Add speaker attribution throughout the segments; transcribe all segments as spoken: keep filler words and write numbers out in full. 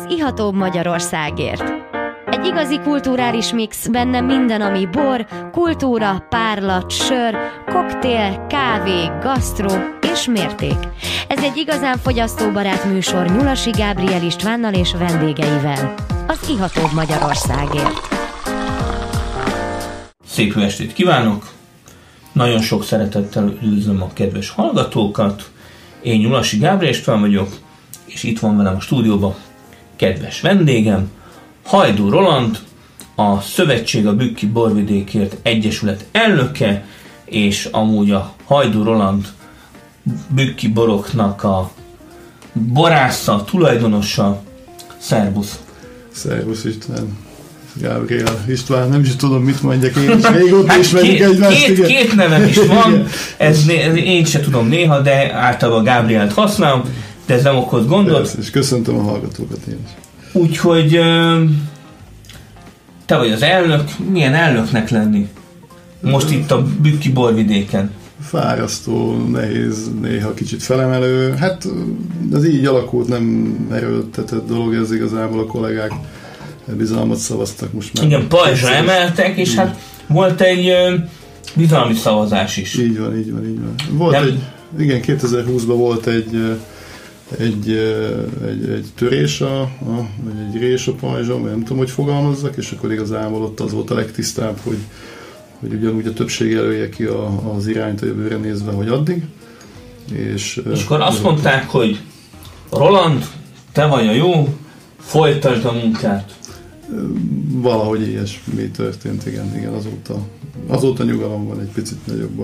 Speaker 1: ihatóbb Magyarországért. Egy igazi kulturális mix, benne minden, ami bor, kultúra, párlat, sör, koktél, kávé, gasztró és mérték. Ez egy igazán fogyasztóbarát műsor Nyulasi Gábriel Istvánnal és vendégeivel. Az ihatóbb Magyarországért.
Speaker 2: Szép jó estét kívánok! Nagyon sok szeretettel üdvözlöm a kedves hallgatókat. Én Nyulasi Gábriel István vagyok, és itt van velem a stúdióban kedves vendégem, Hajdú Roland, a Szövetség a Bükki Borvidékért Egyesület elnöke, és amúgy a Hajdú Roland bükki boroknak a borásza, tulajdonosa. Szervusz!
Speaker 3: Szervusz István! Gábriel István, nem is tudom, mit mondjak, én is régóta hát ismerjük egymást.
Speaker 2: Két, két nevem is van, ez né, én sem tudom néha, de általában Gábrielt használom, de ez nem okoz gondot.
Speaker 3: Persze, és köszöntöm a hallgatókat én is.
Speaker 2: Úgyhogy te vagy az elnök, milyen elnöknek lenni most itt a Bükki Borvidéken?
Speaker 3: Fárasztó, nehéz, néha kicsit felemelő. Hát ez így alakult, nem erőltetett dolog, ez igazából a kollégák bizalmat szavaztak most már.
Speaker 2: Igen, pajzsra emeltek, és így. Hát volt egy bizalmi szavazás is.
Speaker 3: Így van, így van, így van. Volt nem... egy, igen, kétezer-húszban volt egy Egy, egy, egy törés, a, a, vagy egy rés a pajzson, nem tudom, hogy fogalmazzak, és akkor igazából ott az volt a legtisztább, hogy, hogy ugyanúgy a többség elője ki a, az irányt a jövőre nézve, hogy addig. És,
Speaker 2: és akkor azt mondták, hogy Roland, te vagy a jó, folytasd a munkát.
Speaker 3: Valahogy ilyesmi történt, igen, igen, azóta, azóta nyugalom van, egy picit nagyobb a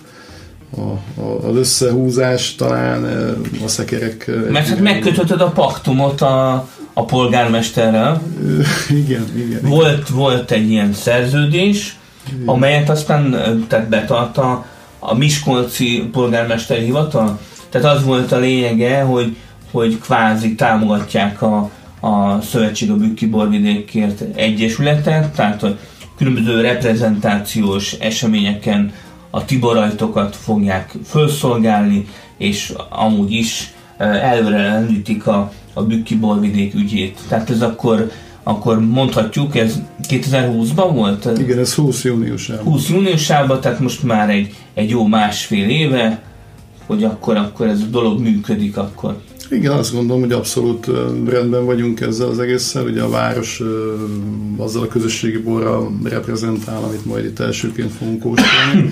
Speaker 3: A, a, az összehúzás talán a szekerek...
Speaker 2: Mert hát megkötötted a paktumot a, a polgármesterrel.
Speaker 3: Igen, igen.
Speaker 2: Volt, volt egy ilyen szerződés, igen. Amelyet aztán tehát betartta a Miskolci polgármesteri hivatal. Tehát az volt a lényege, hogy, hogy kvázi támogatják a, a Szövetség a Bükki Borvidékért Egyesületet, tehát a különböző reprezentációs eseményeken a tiborajtokat fogják felszolgálni, és amúgy is előre lendítik a, a Bükki Borvidék ügyét. Tehát ez akkor, akkor mondhatjuk, ez kétezer-húszban volt?
Speaker 3: Igen, ez húsz júniusában.
Speaker 2: húsz júniusában, tehát most már egy, egy jó másfél éve, hogy akkor, akkor ez a dolog működik akkor.
Speaker 3: Igen, azt gondolom, hogy abszolút rendben vagyunk ezzel az egésszel. Ugye a város azzal a közösségi borral reprezentál, amit majd itt elsőként fogunk kóstolni.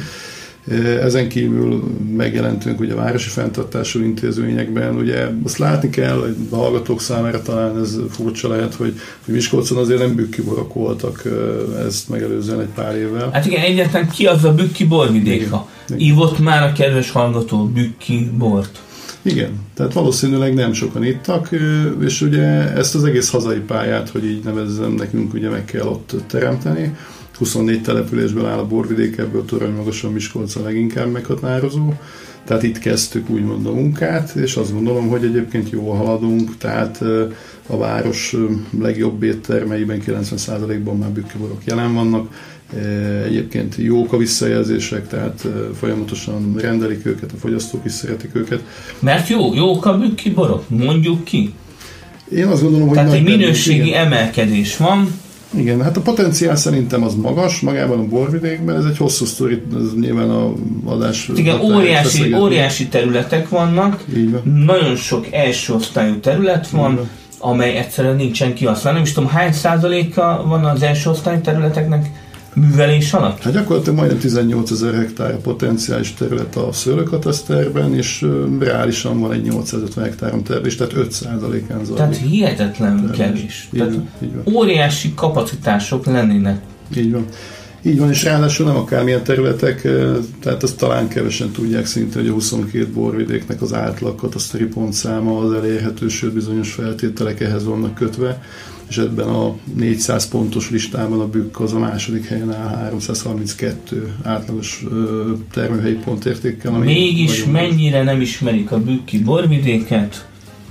Speaker 3: Ezen kívül megjelentünk ugye a városi fenntartású intézményekben. Ugye azt látni kell, hogy a hallgatók számára talán ez furcsa lehet, hogy, hogy Miskolcon azért nem bükki borok voltak ezt megelőzően egy pár évvel.
Speaker 2: Hát igen, egyáltalán ki az a Bükki Borvidéka? Ívott már a kedves hallgató bükki bort?
Speaker 3: Igen, tehát valószínűleg nem sokan ittak, és ugye ezt az egész hazai pályát, hogy így nevezzem, nekünk ugye meg kell ott teremteni. huszonnégy településből áll a borvidék, ebből Toronymagason, Miskolc a leginkább meghatározó. Tehát itt kezdtük úgymond a munkát, és azt gondolom, hogy egyébként jól haladunk, tehát a város legjobb éttermeiben kilencven százalékban már bükkiborok jelen vannak. Egyébként jók a visszajelzések, tehát folyamatosan rendelik őket, a fogyasztók is szeretik őket.
Speaker 2: Mert jó, jók a bükkiborok, mondjuk ki.
Speaker 3: Én azt gondolom, hogy...
Speaker 2: Tehát egy minőségi igen. emelkedés van.
Speaker 3: Igen, hát a potenciál szerintem az magas, magában a borvidékben, ez egy hosszú sztori, ez nyilván a adás...
Speaker 2: Igen, óriási, óriási területek vannak, nagyon sok első osztályú terület van, igen. Amely egyszerűen nincsen kihasználva. Nem is tudom, hány százaléka van az első osztályú területeknek művelés alatt? Hát
Speaker 3: gyakorlatilag majdnem tizennyolcezer hektár a potenciális terület a szőlőkataszterben, és reálisan van egy nyolcszázötven hektáron terülés, tehát öt százalékán zajlik.
Speaker 2: Tehát hihetetlenül kevés.
Speaker 3: Így
Speaker 2: tehát
Speaker 3: van, így van.
Speaker 2: Óriási kapacitások lennének.
Speaker 3: Így van. Így van, és ráadásul nem akármilyen területek, tehát azt talán kevesen tudják szinte, hogy a huszonkét borvidéknek az átlag kataszteri pontszáma az elérhető, sőt bizonyos feltételek ehhez vannak kötve, és ebben a négyszáz pontos listában a Bükk az a második helyen áll háromszázharminckettő átlagos termőhelyi pontértékkel.
Speaker 2: Mégis mennyire nem ismerik a bükki borvidéket,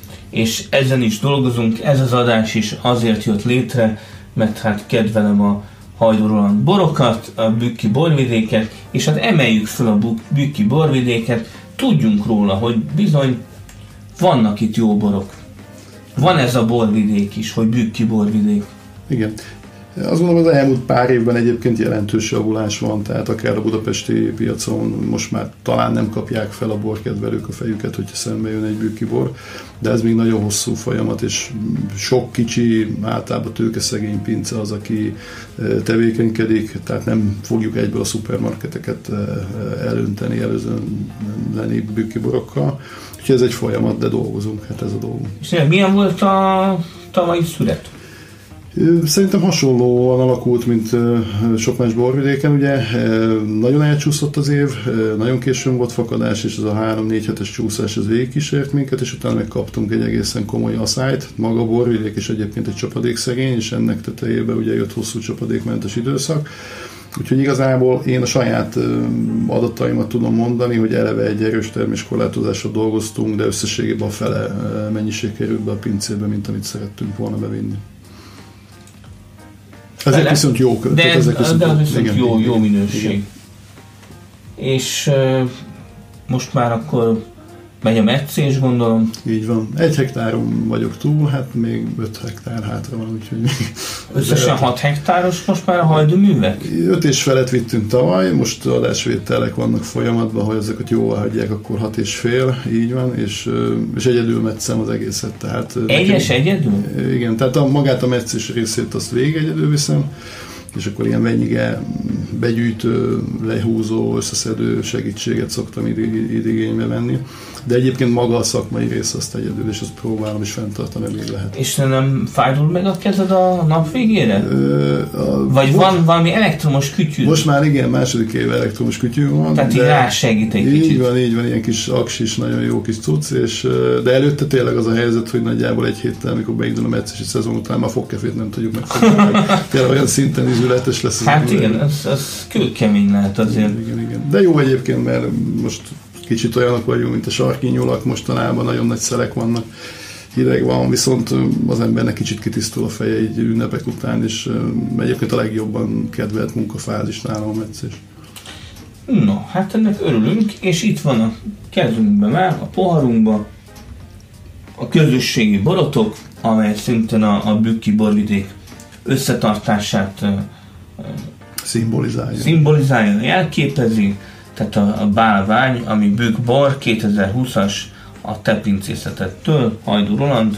Speaker 2: és ezen is dolgozunk, ez az adás is azért jött létre, mert hát kedvelem a Hajdú Roland borokat, a bükki borvidéket, és hát emeljük fel a bükki borvidéket, tudjunk róla, hogy bizony vannak itt jó borok. van ez a borvidék is, hogy Bükki borvidék.
Speaker 3: Igen. Azt gondolom, az elmúlt pár évben egyébként jelentős javulás van, tehát akár a budapesti piacon most már talán nem kapják fel a borkedvelők a fejüket, hogyha szembe jön egy bükki bor, de ez még nagyon hosszú folyamat, és sok kicsi, általában tőkeszegény pince az, aki tevékenykedik, tehát nem fogjuk egyből a szupermarketeket elönteni, előzönleni bükki borokkal. Úgyhogy ez egy folyamat, de dolgozunk, hát ez a dolgunk.
Speaker 2: És milyen volt a tavalyi szület?
Speaker 3: Szerintem hasonlóan alakult, mint sok más borvidéken, ugye nagyon elcsúszott az év, nagyon későn volt fakadás, és ez a három-négy hetes csúszás ez végigkísért minket, és utána megkaptunk egy egészen komoly aszályt. Maga a borvidék és egyébként egy csapadékszegény, és ennek tetejében ugye jött hosszú csapadékmentes időszak. Úgyhogy igazából én a saját adataimat tudom mondani, hogy eleve egy erős terméskorlátozással dolgoztunk, de összességében a fele mennyiség került be a pincébe, mint amit szerettünk volna bevinni. Ezek viszont jó költ.
Speaker 2: De,
Speaker 3: ezek viszont,
Speaker 2: de az viszont
Speaker 3: igen,
Speaker 2: jó,
Speaker 3: igen,
Speaker 2: jó minőség.
Speaker 3: Igen.
Speaker 2: És uh, most már akkor megy a meccés, gondolom.
Speaker 3: Így van. Egy hektáron vagyok túl, hát még öt hektár hátra van, úgyhogy még...
Speaker 2: Összesen hat hektáros most már a hajdúművek?
Speaker 3: Öt és felet vittünk tavaly, most adásvételek vannak folyamatban, hogy ezeket jóvá hagyják, akkor hat és fél, így van, és, és egyedül metszem az egészet. Tehát
Speaker 2: egyes nekem, egyedül?
Speaker 3: Igen, tehát a, magát a meccés részét azt végig egyedül viszem, és akkor ilyen venyige, begyűjtő, lehúzó, összeszedő segítséget szoktam igénybe venni. De egyébként maga a szakmai rész azt egyedül, és azt próbálom is fenntartani, amíg lehet.
Speaker 2: És nem fájdul meg a kezed a nap végére? Ö, a, Vagy van most, valami elektromos kütyű?
Speaker 3: Most már igen, második éve elektromos kütyű van.
Speaker 2: Tehát így rá segít egy kicsit.
Speaker 3: Így van, így van, ilyen kis aksis, nagyon jó kis cucc, és, de előtte tényleg az a helyzet, hogy nagyjából egy héttel, amikor beindul a meccesi szezon után, már fogkefét nem tudjuk megfogni. Tényleg olyan szinten ízületes lesz.
Speaker 2: Hát igen, ez, ez kőkemény lehet azért.
Speaker 3: Igen, igen. De jó egyébként, mert most kicsit olyanok vagyunk, mint a sarki nyulak, mostanában nagyon nagy szelek vannak, hideg van, viszont az embernek kicsit kitisztul a feje így ünnepek után, és egyébként a legjobban kedvelt munkafázis nálam a meccés.
Speaker 2: No, hát ennek örülünk, és itt van a kezünkben már, a poharunkban a közösségi borotok, amely szintén a, a bükki borvidék összetartását uh,
Speaker 3: szimbolizálja.
Speaker 2: szimbolizálja, jelképezi. Tehát a, a bálvány, ami Bükk bor, kétezer-húszas a te pincészetettől, Hajdú Roland.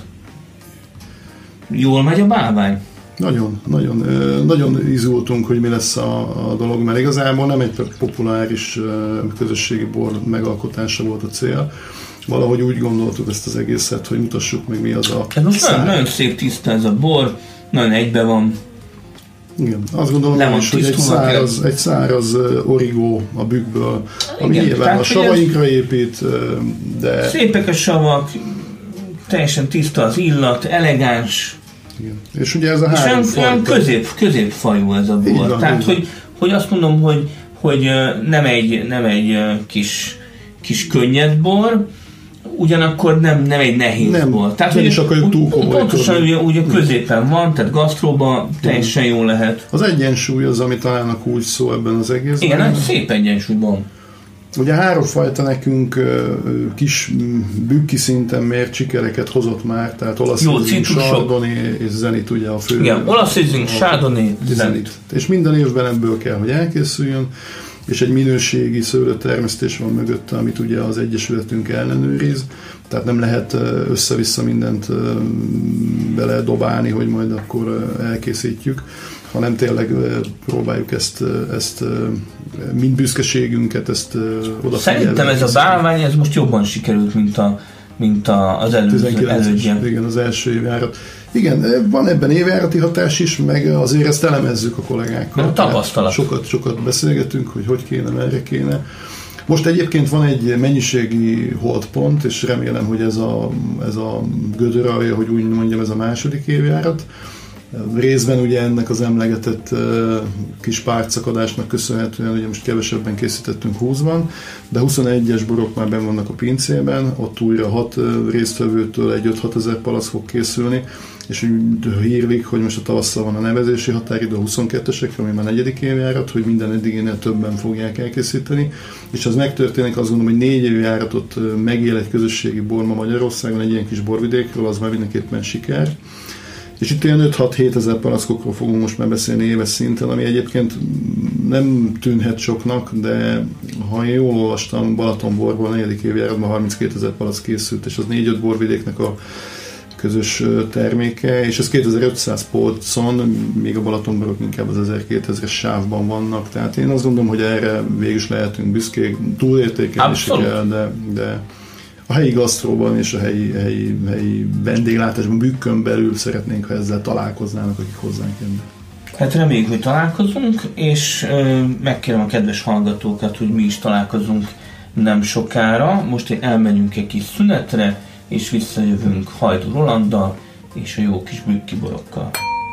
Speaker 2: Jól megy a bálvány?
Speaker 3: Nagyon, nagyon, nagyon izgultunk, hogy mi lesz a, a dolog, mert igazából nem egy populáris közösségi bor megalkotása volt a cél. Valahogy úgy gondoltuk ezt az egészet, hogy mutassuk meg, mi az a...
Speaker 2: Ez most nagyon, nagyon szép tiszta ez a bor, nagyon egybe van.
Speaker 3: Igen, azt gondolom, nem is, hogy egy száraz, egy száraz origó a Bükkből, ami igen, nyilván a savainkra épít, de...
Speaker 2: Szépek a savak, teljesen tiszta az illat, elegáns.
Speaker 3: Igen. És ugye ez a három
Speaker 2: és olyan, olyan közép, középfajú ez a bor. Van, tehát, hogy, hogy azt mondom, hogy, hogy nem egy, nem egy kis, kis könnyed bor, ugyanakkor nem, nem egy nehéz
Speaker 3: nem,
Speaker 2: bor. Tehát,
Speaker 3: nem is akarjuk túl komoly.
Speaker 2: Pontosan ugye, ugye középen van, tehát gasztróban teljesen jó lehet.
Speaker 3: Az egyensúly az, ami talán a kulcs szó ebben az egészben.
Speaker 2: Igen, egy szép egyensúlyban.
Speaker 3: Ugye három fajta nekünk kis bükki szinten mért sikereket hozott már, tehát olasz ízing, Chardonnay és Zenit ugye a fő.
Speaker 2: Igen, olasz ízing, Chardonnay, Zenit.
Speaker 3: És minden évben ebből kell, hogy elkészüljön, és egy minőségi szőlőtermesztés van mögötte, amit ugye az egyesületünk ellenőriz, tehát nem lehet össze-vissza mindent beledobálni, hogy majd akkor elkészítjük, hanem tényleg próbáljuk ezt, ezt mind büszkeségünket, ezt odafigyelni.
Speaker 2: Szerintem ez a bálvány, ez most jobban sikerült, mint, a, mint a, az előző elődje.
Speaker 3: Igen, az első évjárat. Igen, van ebben évjárati hatás is, meg azért ezt elemezzük a kollégákkal.
Speaker 2: Nem tapasztalat.
Speaker 3: Sokat, sokat beszélgetünk, hogy hogy kéne, merre kéne. Most egyébként van egy mennyiségi holdpont, és remélem, hogy ez a, ez a gödör alja, hogy úgy mondjam, ez a második évjárat. Részben ugye ennek az emlegetett uh, kis pártszakadásnak köszönhetően, ugye most kevesebben készítettünk húszban, de huszonegyes borok már benn vannak a pincében, ott újra hat uh, résztvevőtől egy öt-hat ezer palack fog készülni, és úgy hírlik, hogy most a tavasszal van a nevezési határidő a huszonkettősekre, ami már negyedik évjárat, hogy minden eddiginél többen fogják elkészíteni, és az megtörténik, azt gondolom, hogy négy évjáratot megél egy közösségi bor ma Magyarországon, egy ilyen kis borvidékről, az már mindenképpen siker. És itt ilyen öt-hat-hét ezer palackokról fogunk most már beszélni éves szinten, ami egyébként nem tűnhet soknak, de ha én jól olvastam, Balatonborból a negyedik évjáratban harminckét ezer palack készült, és az négy-öt borvidéknek a közös terméke, és ez kétezer-ötszáz polcon, még a Balatonborok inkább az ezerkétezres sávban vannak, tehát én azt gondolom, hogy erre végül is lehetünk büszkék, túlértékelni kell, de, de a helyi gasztróban és a helyi, helyi, helyi vendéglátásban, bükkön belül szeretnénk, ha ezzel találkoznának, akik hozzánk jönnek.
Speaker 2: Hát reméljük, hogy találkozunk, és ö, megkérem a kedves hallgatókat, hogy mi is találkozunk nem sokára. Most elmenjünk egy kis szünetre, és visszajövünk Hajdú Rolanddal és a jó kis bükki borokkal.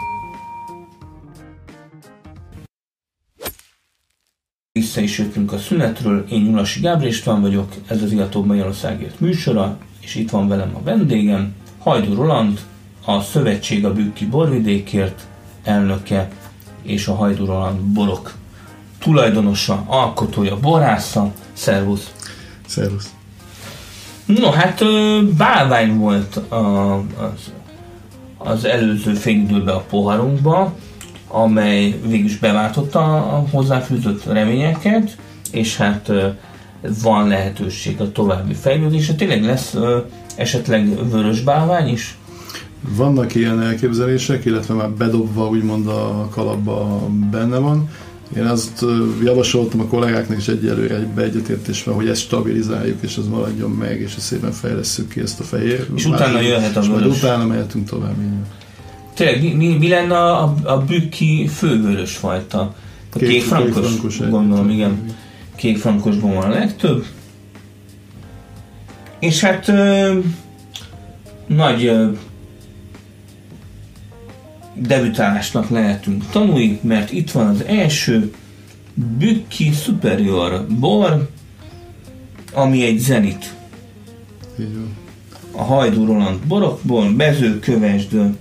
Speaker 2: Vissza is jöttünk a szünetről, én Nyulasi Gábor István vagyok, ez az Illatóbb Magyarországért műsora, és itt van velem a vendégem, Hajdú Roland, a Szövetség a Bükki Borvidékért elnöke, és a Hajdú Roland borok tulajdonosa, alkotója, borásza. Szervusz!
Speaker 3: Szervusz!
Speaker 2: No, hát bálvány volt a, az, az előző félidőben a poharunkba, amely végülis beváltotta a hozzáfűzött reményeket, és hát van lehetőség a további fejlődésre. Tényleg lesz esetleg vörös bálvány is?
Speaker 3: Vannak ilyen elképzelések, illetve már bedobva úgymond a kalapba benne van. Én azt javasoltam a kollégáknak is egyelőre egy beegyetértésben, hogy ezt stabilizáljuk, és ez maradjon meg, és szépen fejlesszük ki ezt a fehér.
Speaker 2: És utána már, jöhet a vörös.
Speaker 3: És utána mehetünk tovább.
Speaker 2: Tényleg, mi, mi lenne a, a, a bükki fővörös fajta? A kék, kék frankos, kék frankos gondolom, egy, igen. Kék frankosban van a legtöbb. És hát ö, nagy ö, debütálásnak lehetünk tanulni, mert itt van az első Bükki Superior bor, ami egy zenit. A Hajdú Roland borokból, Bező, Kövesdő.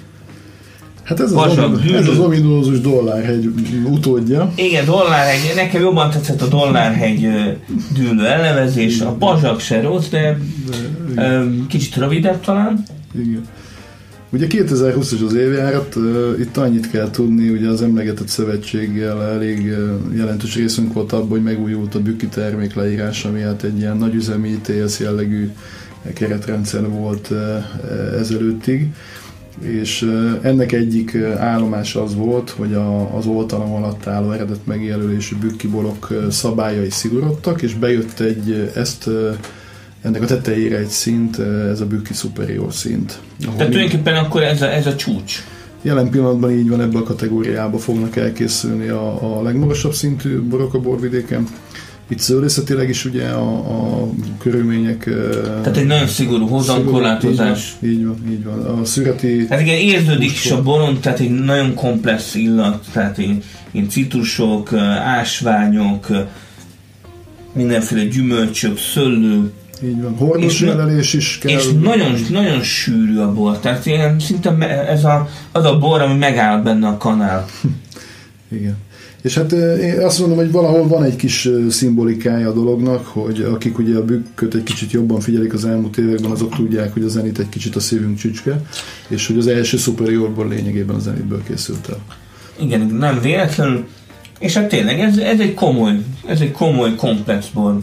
Speaker 3: Hát ez az, omin, ez az ominózus Dollárhegy utódja.
Speaker 2: Igen, Dollárhegy, nekem jobban tetszett a Dollárhegy dűlő elnevezés, a Bazsak se rossz, de, de kicsit rövidebb talán.
Speaker 3: Igen. Ugye kétezer-húszas az évjárat, uh, itt annyit kell tudni, ugye az emlegetett szövetséggel elég uh, jelentős részünk volt abban, hogy megújult a bükki termék leírás, ami hát egy ilyen nagyüzemi I T S jellegű keretrendszer volt uh, ezelőttig, és uh, ennek egyik uh, állomása az volt, hogy a, az oltalom alatt álló eredet megjelölésű bükki borok uh, szabályai szigorodtak, és bejött egy uh, ezt uh, ennek a tetejére egy szint, ez a Bükki Superior szint.
Speaker 2: Tehát tulajdonképpen akkor ez a, ez a csúcs.
Speaker 3: Jelen pillanatban így van, ebben a kategóriában fognak elkészülni a, a legmagasabb szintű borok a borvidéken. Itt szőlészetileg is ugye a, a körülmények...
Speaker 2: Tehát egy nagyon szigorú hozamkorlátozás.
Speaker 3: Így, így van, így van. A szüreti...
Speaker 2: Hát igen, érződik is a boron, tehát egy nagyon komplex illat, tehát ilyen, ilyen citrusok, ásványok, mindenféle gyümölcsök, szőlő.
Speaker 3: Így van, hordos lelelés is kell.
Speaker 2: És nagyon, nagyon sűrű a bor, tehát ilyen szinte ez a, az a bor, ami megáll benne a kanál.
Speaker 3: Igen. És hát én azt mondom, hogy valahol van egy kis szimbolikája a dolognak, hogy akik ugye a bükköt egy kicsit jobban figyelik az elmúlt években, azok tudják, hogy a zenit egy kicsit a szívünk csücske, és hogy az első Superior bor lényegében a zenitből készült el.
Speaker 2: Igen, nem véletlenül. És hát tényleg ez, ez egy komoly, ez egy komoly, komplex bor.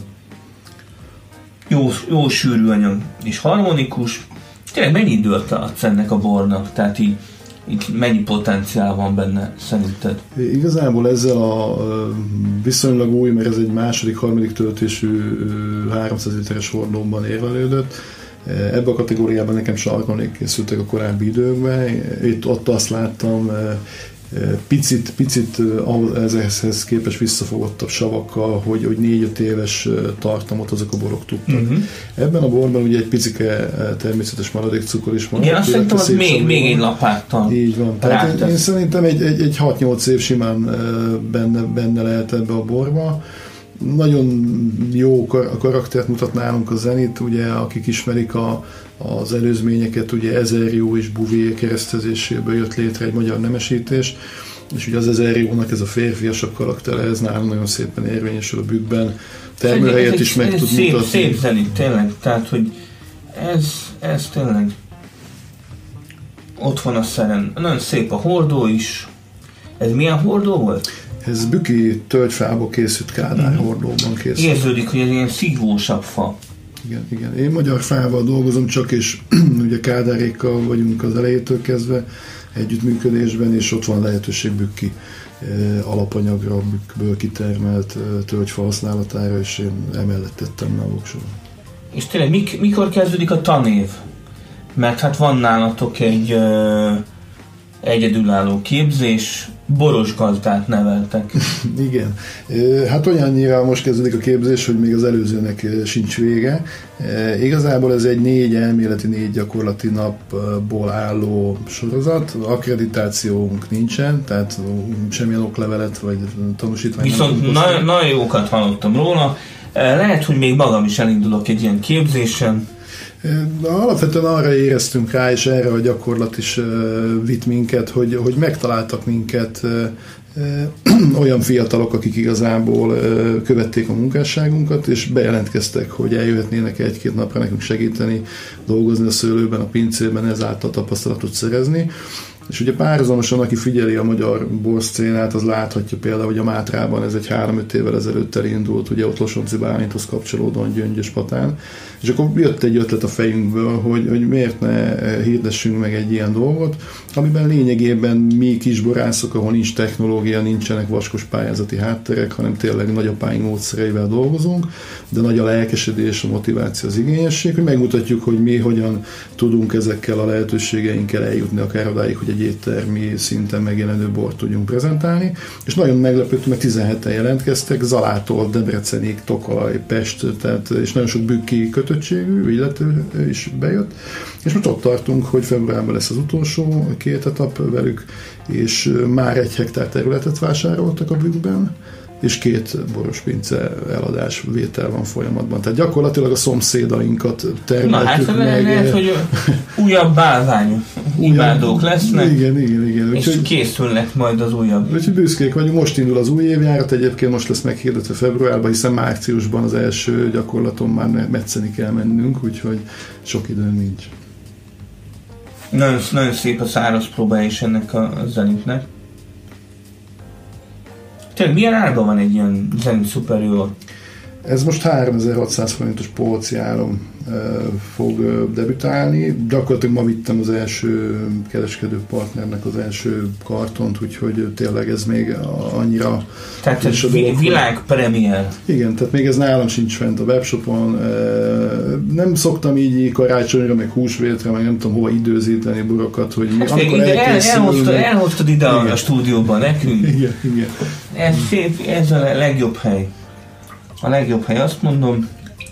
Speaker 2: Jó, jó sűrű anyag és harmonikus. Tényleg mennyi időt adsz ennek a bornak? Tehát így, így mennyi potenciál van benne szerinted?
Speaker 3: Igazából ezzel a viszonylag új, mert ez egy második, harmadik töltésű háromszáz literes hordóban érlelődött. Ebben a kategóriában nekem sarkonék készültek a korábbi időkben. Itt ott azt láttam picit, picit ezekhez képest visszafogottabb savakkal, hogy, hogy négy-öt éves tartamot azok a borok tudtak. Uh-huh. Ebben a borban ugye egy picike természetes maradékcukor is van.
Speaker 2: Igen, azt szerintem az még, még egy lapáttal.
Speaker 3: Így van. Tehát én, én szerintem egy, egy, egy hat-nyolc év simán benne, benne lehet ebbe a borba. Nagyon jó karaktert mutat nálunk a Zenit, ugye, akik ismerik a, az előzményeket, ugye Ezerjó és Bouvier keresztezéséből jött létre egy magyar nemesítés, és ugye az Ezerjónak ez a férfiasabb karaktere, ez nálunk nagyon szépen érvényesül a bükkben, termőhelyet is meg tud
Speaker 2: szép,
Speaker 3: mutatni.
Speaker 2: Szép Zenit, tényleg, tehát, hogy ez, ez tényleg ott van a szeren. Nagyon szép a hordó is. Ez milyen hordó volt?
Speaker 3: Ez bükki tölgyfából készült Kádár mm. hordóban készült.
Speaker 2: Érződik, hogy ez ilyen szívósabb fa.
Speaker 3: Igen, igen. Én magyar fával dolgozom csak, és ugye Kádárékkal vagyunk az elejétől kezdve együttműködésben, és ott van lehetőség bükki eh, alapanyagra, bükkből kitermelt eh, tölgyfa használatára, és én emellett tettem le a voksoron.
Speaker 2: És tényleg mik, mikor kezdődik a tanév? Mert hát van nálatok egy uh, egyedülálló képzés, boros gazdát neveltek.
Speaker 3: Igen. Hát olyannyira most kezdődik a képzés, hogy még az előzőnek sincs vége. Igazából ez egy négy elméleti, négy gyakorlati napból álló sorozat. Akkreditációnk nincsen, tehát semmilyen oklevelet vagy tanúsítvány.
Speaker 2: Viszont nagyon na- jókat hallottam róla. Lehet, hogy még magam is elindulok egy ilyen képzésen.
Speaker 3: De alapvetően arra éreztünk rá, és erre a gyakorlat is vitt minket, hogy, hogy megtaláltak minket olyan fiatalok, akik igazából követték a munkásságunkat, és bejelentkeztek, hogy eljöhetnének egy-két napra nekünk segíteni, dolgozni a szőlőben, a pincében, ezáltal tapasztalatot szerezni. És ugye párhuzamosan, aki figyeli a magyar borszcénát, az láthatja például, hogy a Mátrában ez egy három-öt évvel ezelőtt elindult, ugye ott Losonczy Bálinthoz kapcsolódóan Gyöngyös Patán, és akkor jött egy ötlet a fejünkből, hogy, hogy miért ne hirdessünk meg egy ilyen dolgot, amiben lényegében mi kisborászok, ahol nincs technológia, nincsenek vaskos pályázati hátterek, hanem tényleg nagyapáink módszereivel dolgozunk, de nagy a lelkesedés, a motiváció, az igényesség, hogy megmutatjuk, hogy mi hogyan tudunk ezekkel a lehetőségeinkkel eljutni akár odáig, hogy egy éttermi szinten megjelenő bort tudjunk prezentálni, és nagyon meglepődtünk, mert tizenheten jelentkeztek, Zalától Debrecenig, Tokaj, Pest, tehát, és nagyon sok bükki kötöttségű illető is bejött, és most ott tartunk, hogy februárban lesz az utolsó két etap velük, és már egy hektár területet vásároltak a bükkben, és két boros pince eladás, vétel van folyamatban. Tehát gyakorlatilag a szomszédainkat termeltük
Speaker 2: meg.
Speaker 3: Na hát
Speaker 2: lehet, hogy újabb bálványú imádók lesznek,
Speaker 3: igen, igen, igen.
Speaker 2: és
Speaker 3: úgyhogy,
Speaker 2: készülnek majd az újabb.
Speaker 3: Úgyhogy büszkék vagyunk, most indul az új évjárat, egyébként most lesz meghirdetve februárban, hiszen márciusban az első gyakorlaton már metszeni kell mennünk, úgyhogy sok időn nincs.
Speaker 2: Nagyon, nagyon szép a száraz próbája is ennek a Zenitnek. Tényleg milyen árban van egy ilyen Zenit Superior?
Speaker 3: Ez most háromezer-hatszáz forintos polci áron e, fog e, debütálni. Gyakorlatilag ma vittem az első kereskedő partnernek az első kartont, úgyhogy tényleg ez még annyira...
Speaker 2: Tehát ez vi- világpremier.
Speaker 3: Igen, tehát még ez nálam sincs fent a webshopon. E, nem szoktam így karácsonyra, meg húsvétre, meg nem tudom hova időzíteni borokat, hogy mi,
Speaker 2: hát
Speaker 3: amikor
Speaker 2: ide el, elhoztad,
Speaker 3: meg...
Speaker 2: elhoztad ide igen. a stúdióban nekünk.
Speaker 3: Igen, igen.
Speaker 2: Ez, szép, ez a legjobb hely. A legjobb hely, azt mondom.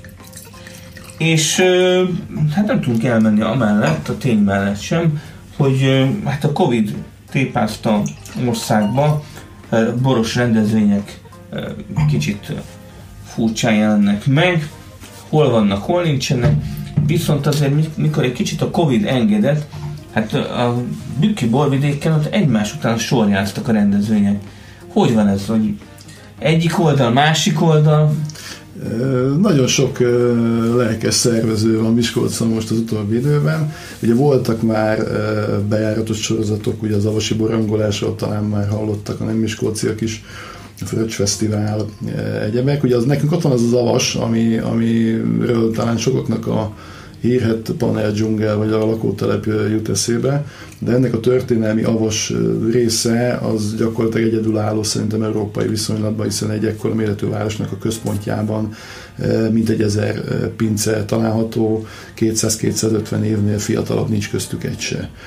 Speaker 2: És hát nem tudunk elmenni amellett, a tény mellett sem, hogy hát a Covid tépázta országba, boros rendezvények kicsit furcsán jelennek meg, hol vannak, hol nincsenek, viszont azért mikor egy kicsit a Covid engedett, hát a bükki borvidéken ott egymás után sorjáztak a rendezvények. Hogy van ez, hogy egyik oldal, másik oldal?
Speaker 3: Nagyon sok lelkes szervező van Miskolcon most az utóbbi időben. Ugye voltak már bejáratos sorozatok, ugye az avasi borangolásról talán már hallottak a nem miskolciak is, a Fröccs Fesztivál, egyebek. Ugye az, nekünk ott van az az avas, ami, amiről talán sokaknak a hírhet panel dzsungel, vagy a lakótelep jut eszébe, de ennek a történelmi avas része az gyakorlatilag egyedülálló szerintem európai viszonylatban, hiszen egy ekkora méretű városnak a központjában mintegy ezer pince található, kétszáz-kétszázötven évnél fiatalabb nincs köztük egy se.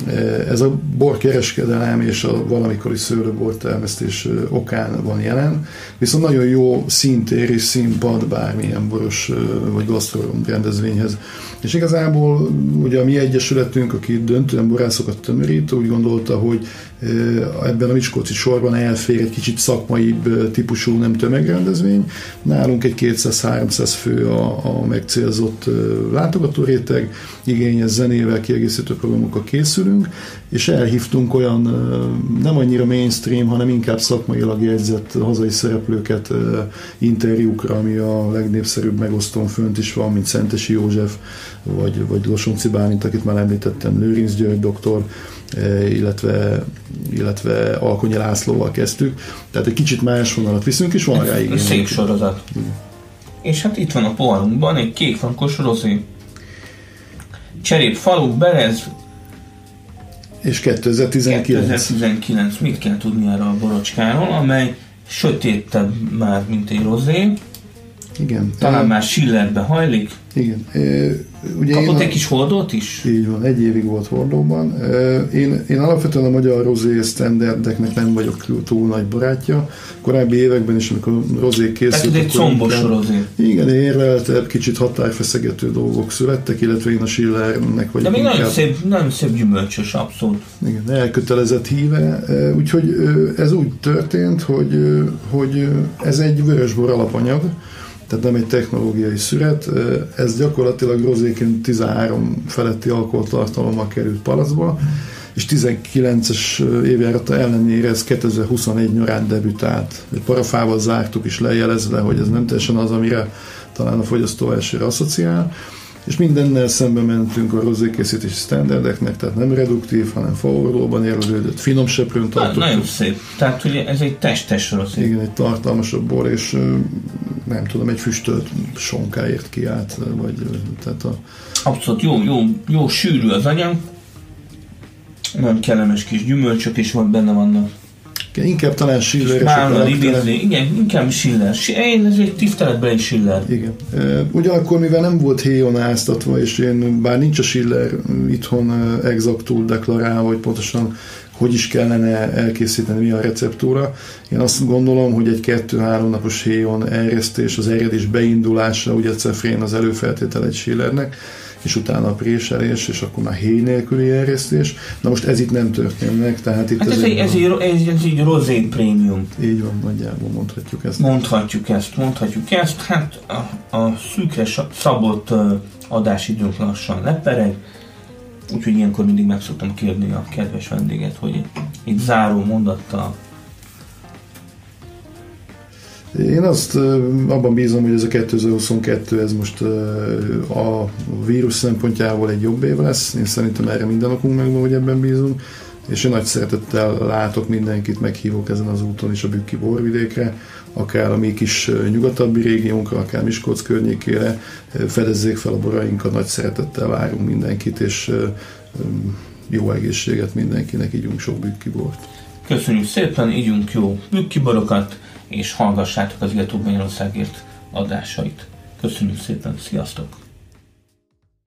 Speaker 3: Ez a borkereskedelem és a valamikori szőlőbor termesztés okán van jelen, viszont nagyon jó színtér és színpad bármilyen boros vagy gasztronóm rendezvényhez. És igazából ugye a mi egyesületünk, aki döntően borászokat tömörít, úgy gondolta, hogy ebben a miskolci sorban elfér egy kicsit szakmaibb típusú, nem tömegrendezvény. Nálunk egy kétszáz-háromszáz fő a, a megcélzott látogatóréteg, igényes zenével, kiegészítő programokkal készülünk, és elhívtunk olyan nem annyira mainstream, hanem inkább szakmailag jegyzett hazai szereplőket interjúkra, ami a legnépszerűbb megosztón fönt is van, mint Szentesi József, vagy, vagy Losonci Bálint, akit már említettem, Lőrinc György doktor, illetve, illetve Alkonyi Lászlóval kezdtük. Tehát egy kicsit más vonalat viszünk, és van rá igény.
Speaker 2: Szép sorozat. Mm. És hát itt van a poharunkban egy kékfrankos rozé. Cserépfalu, Berez.
Speaker 3: És kétezer-tizenkilenc.
Speaker 2: kétezer-tizenkilenc. Mit kell tudni erről a borocskáról, amely sötétebb már, mint egy rozé.
Speaker 3: Igen.
Speaker 2: Talán már Schillerbe hajlik.
Speaker 3: Igen. E, ugye
Speaker 2: Kapott egy
Speaker 3: a...
Speaker 2: kis hordót is?
Speaker 3: Így van, egy évig volt hordóban. E, én, én alapvetően a magyar rozé standardeknek nem vagyok túl nagy barátja. Korábbi években is, amikor rozé készült...
Speaker 2: Tehát ez egy combos rozé.
Speaker 3: Igen, érleltebb, kicsit határfeszegető dolgok születtek, hogy én a Schillernek vagyok.
Speaker 2: De még
Speaker 3: inkább...
Speaker 2: nagyon szép, nagyon szép gyümölcsös, abszolút.
Speaker 3: Igen, elkötelezett híve. Úgyhogy ez úgy történt, hogy, hogy ez egy vörösbor alapanyag, tehát nem egy technológiai szüret. Ez gyakorlatilag rozéként tizenhárom feletti alkoholtartalommal került palacba, és tizenkilences évjárata ellenére ez kétezer-huszonegy nyarán debütált. Egy parafával zártuk is lejelezve, hogy ez nem teljesen az, amire talán a fogyasztó elsőre asszociál, és mindennel szembe mentünk a rozékészítési standardeknek, tehát nem reduktív, hanem faordóban érlődött, finom seprőn tartottuk.
Speaker 2: Nagyon szép. Tehát, hogy ez egy testes rozé.
Speaker 3: Igen, egy tartalmasabb bor, és nem tudom, egy füstölt sonkáért kiállt, vagy tehát a...
Speaker 2: Abszolút jó, jó, jó sűrű az anyag, nagyon kellemes kis gyümölcsök is van, benne vannak.
Speaker 3: Inkább talán Schiller.
Speaker 2: Málna, Libizli, igen, inkább Schiller. Én ez egy tiszteletben egy Schiller.
Speaker 3: Igen. Ugyanakkor, mivel nem volt héjon áztatva, és én, bár nincs a Schiller itthon exaktul deklarálva, hogy pontosan hogy is kellene elkészíteni, mi a receptúra, én azt gondolom, hogy egy kettő-három napos héjon erjesztés, az erjedés beindulása, ugye a cefrén az előfeltétel egy Schillernek, és utána a préselés, és akkor már héj nélküli erjesztés. Na most ez itt nem történt meg, tehát itt...
Speaker 2: Hát ez, egy, ez, egy, ez, ez egy rozé prémium.
Speaker 3: Így van, nagyjából mondhatjuk ezt.
Speaker 2: Mondhatjuk ezt, mondhatjuk ezt. Hát a, a szűkre szabott adásidőnk lassan lepereg, úgyhogy ilyenkor mindig meg szoktam kérni a kedves vendéget, hogy egy záró mondattal.
Speaker 3: Én azt abban bízom, hogy ez a kétezer-huszonkettő ez most a vírus szempontjából egy jobb év lesz. Én szerintem erre minden okunk megvan, hogy ebben bízunk. És én nagy szeretettel látok mindenkit, meghívok ezen az úton is a Bükki borvidékre, akár a mi kis nyugatabbi régiónkra, akár Miskolc környékére, fedezzék fel a borainkat, nagy szeretettel várunk mindenkit, és jó egészséget mindenkinek, ígyunk sok Bükki bort.
Speaker 2: Köszönjük szépen, ígyunk jó Bükki borokat, és hallgassátok az Illetők Magyarországért adásait. Köszönjük szépen, sziasztok!